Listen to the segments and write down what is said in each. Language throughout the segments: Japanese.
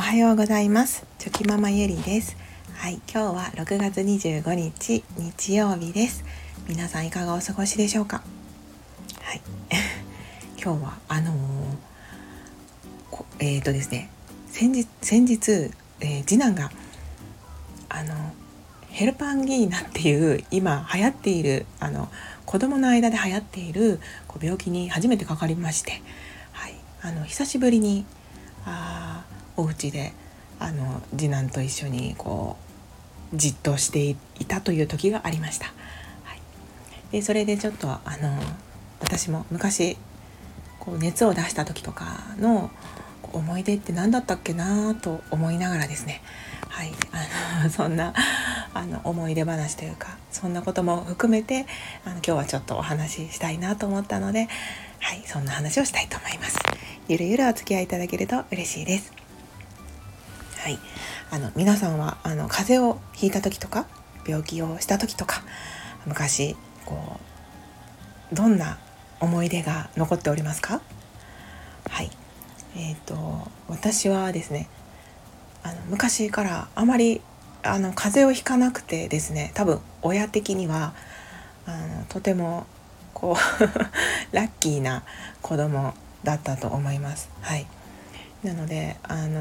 はようございます。チョキママゆりです。はい、今日は6月25日日曜日です。皆さんいかがお過ごしでしょうか。はい、今日はですね、先日、次男がヘルパンギーナっていう今流行っている子供の間で流行っている病気に初めてかかりまして、はい、久しぶりにお家で次男と一緒にじっとしていたという時がありました。はい、でそれでちょっと私も昔熱を出した時とかの思い出って何だったっけなと思いながらですね、はい、そんな思い出話というかそんなことも含めて今日はちょっとお話ししたいなと思ったので、はい、そんな話をしたいと思います。ゆるゆるお付き合いいただけると嬉しいです。はい、皆さんは風邪をひいた時とか病気をした時とか昔どんな思い出が残っておりますか？はい、私はですね昔からあまり風邪をひかなくてですね、多分親的にはとてもラッキーな子供だったと思います。はい、なので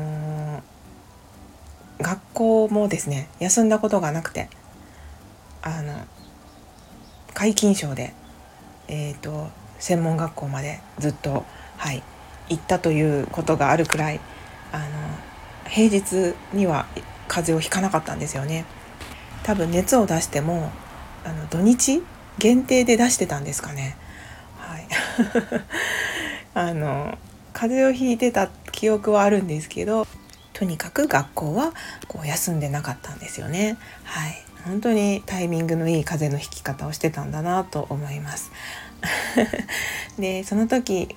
学校もですね休んだことがなくて皆勤賞で専門学校までずっと、はい、行ったということがあるくらい平日には風邪をひかなかったんですよね。多分熱を出しても土日限定で出してたんですかね。はい風邪をひいてた記憶はあるんですけど、とにかく学校は休んでなかったんですよね。はい、本当にタイミングのいい風邪のひき方をしてたんだなと思いますでその時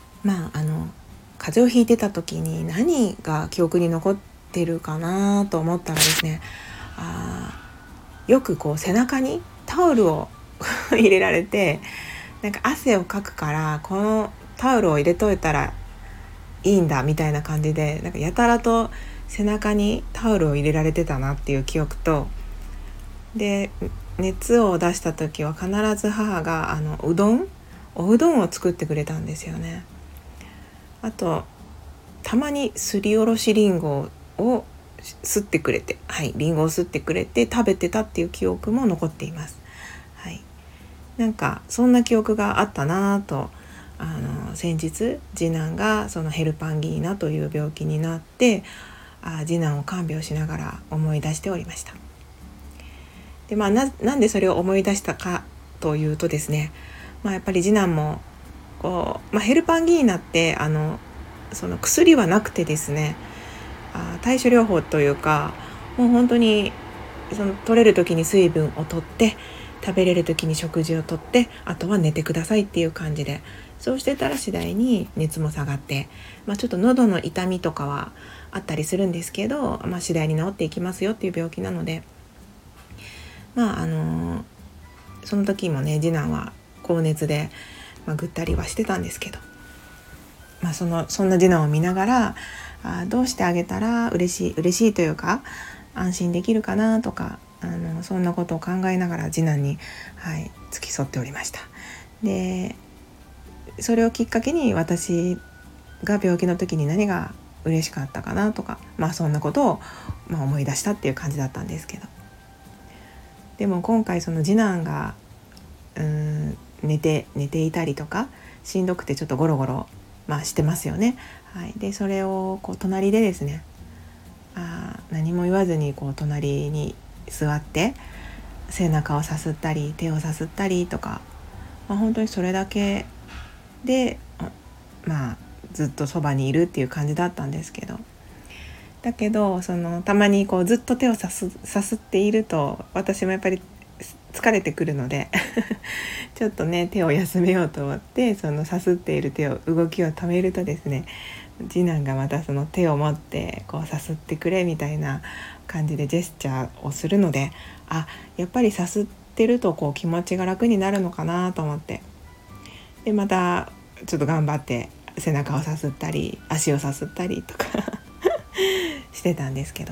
風邪をひいてた時に何が記憶に残ってるかなと思ったらですね、よく背中にタオルを入れられて、なんか汗をかくからこのタオルを入れといたらいいんだみたいな感じで、なんかやたらと背中にタオルを入れられてたなっていう記憶と、で熱を出した時は必ず母がおうどんを作ってくれたんですよね。あとたまにすりおろしリンゴを吸ってくれて、はい、リンゴを吸ってくれて食べてたっていう記憶も残っています。はい、なんかそんな記憶があったなと先日次男がそのヘルパンギーナという病気になって次男を看病しながら思い出しておりました。で、なんでそれを思い出したかというとですね、やっぱり次男もヘルパンギーナってその薬はなくてですね、対処療法というかもう本当にその取れる時に水分を取って食べれる時に食事をとってあとは寝てくださいっていう感じで、そうしてたら次第に熱も下がって、ちょっと喉の痛みとかはあったりするんですけど、次第に治っていきますよっていう病気なので、その時もね次男は高熱で、ぐったりはしてたんですけど、そんな次男を見ながらどうしてあげたら嬉しいというか安心できるかなとかそんなことを考えながら次男に、付き添っておりました。でそれをきっかけに私が病気の時に何が嬉しかったかなとか、そんなことを、思い出したっていう感じだったんですけど、でも今回その次男が寝ていたりとかしんどくてちょっとゴロゴロ、してますよね。はい、でそれを隣でですね何も言わずに隣に座って背中をさすったり手をさすったりとか、本当にそれだけでずっとそばにいるっていう感じだったんですけど、だけどたまにずっと手をさすっていると私もやっぱり疲れてくるのでちょっとね手を休めようと思ってそのさすっている動きを止めるとですね、次男がまたその手を持ってさすってくれみたいな感じでジェスチャーをするので、やっぱりさすってると気持ちが楽になるのかなと思って、でまたちょっと頑張って背中をさすったり足をさすったりとかしてたんですけど、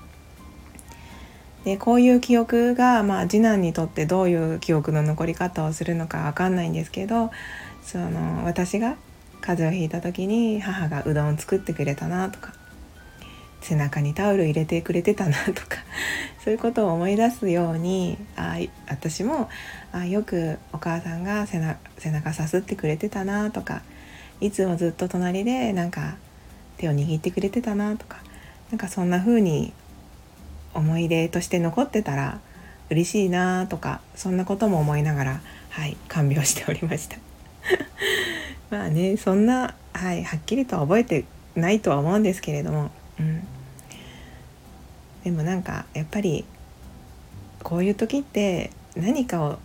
でこういう記憶が、次男にとってどういう記憶の残り方をするのか分かんないんですけど、私が風邪をひいた時に母がうどんを作ってくれたなとか、背中にタオル入れてくれてたなとかそういうことを思い出すように、私もよくお母さんが背中さすってくれてたなとか、いつもずっと隣でなんか手を握ってくれてたなとか、なんかそんな風に思い出として残ってたら嬉しいなとか、そんなことも思いながら、看病しておりましたまあね、そんな、はっきりとは覚えてないとは思うんですけれども、でもなんかやっぱりこういう時って何か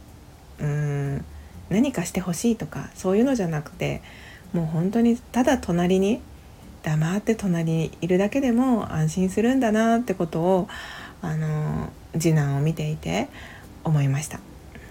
してほしいとかそういうのじゃなくて、もう本当にただ黙って隣にいるだけでも安心するんだなってことを次男を見ていて思いました。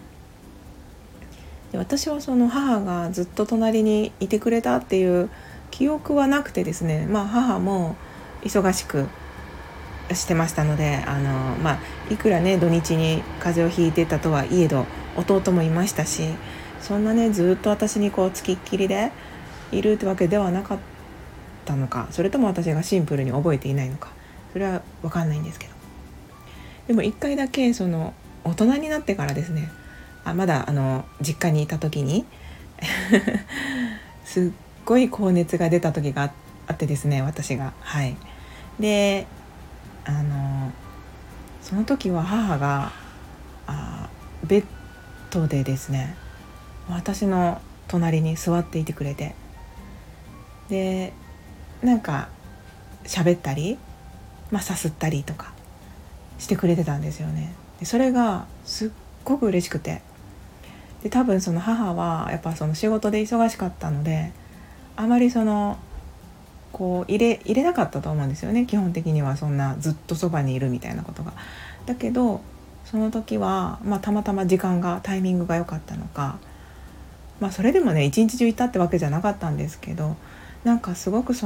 で、私はその母がずっと隣にいてくれたっていう記憶はなくてですね、母も忙しくしてましたので、いくらね土日に風邪をひいてたとはいえど弟もいましたし、そんなねずっと私につきっきりでいるってわけではなかったのか、それとも私がシンプルに覚えていないのか、それは分かんないんですけど、でも一回だけその大人になってからですね、まだ実家にいた時にすっごい高熱が出た時があってですね、私がでその時は母がベッドでですね、私の隣に座っていてくれて、でなんか喋ったり、さすったりとかしてくれてたんですよね。でそれがすっごく嬉しくて、で多分その母はやっぱその仕事で忙しかったので、あまり入れなかったと思うんですよね。基本的にはそんなずっとそばにいるみたいなことが。だけどその時は、たまたまタイミングが良かったのか、それでもね一日中いたってわけじゃなかったんですけど、なんかすごく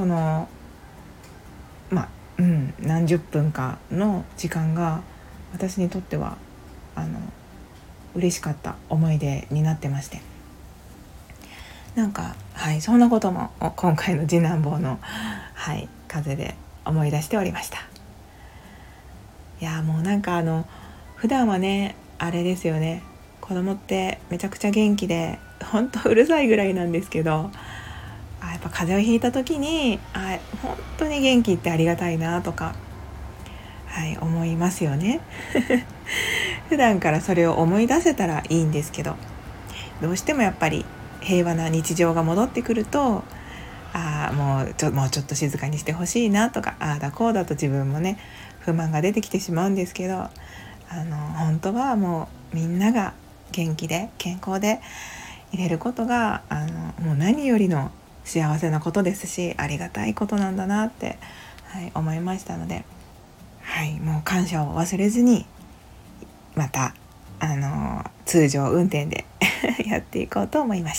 何十分かの時間が私にとっては嬉しかった思い出になってまして、なんかそんなことも今回の次男坊の風で思い出しておりました。いやもうなんか普段はねあれですよね、子供ってめちゃくちゃ元気で本当うるさいぐらいなんですけど、やっぱ風邪をひいた時に本当に元気ってありがたいなとか思いますよね普段からそれを思い出せたらいいんですけど、どうしてもやっぱり平和な日常が戻ってくると、もうちょっと静かにしてほしいなとか、こうだと自分もね不満が出てきてしまうんですけど、本当はもうみんなが元気で健康でいれることがもう何よりの幸せなことですし、ありがたいことなんだなって、思いましたので、もう感謝を忘れずにまた通常運転でやっていこうと思いました。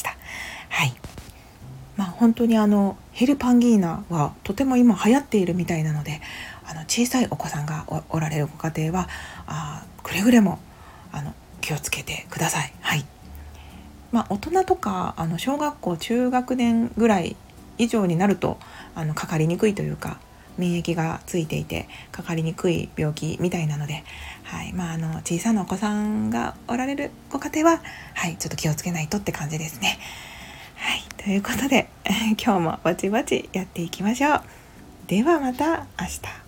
本当にヘルパンギーナはとても今流行っているみたいなので、小さいお子さんが おられるご家庭はくれぐれも気をつけてください。大人とか小学校中学年ぐらい以上になるとかかりにくいというか、免疫がついていてかかりにくい病気みたいなので、小さなお子さんがおられるご家庭は、ちょっと気をつけないとって感じですね。ということで今日もぼちぼちやっていきましょう。ではまた明日。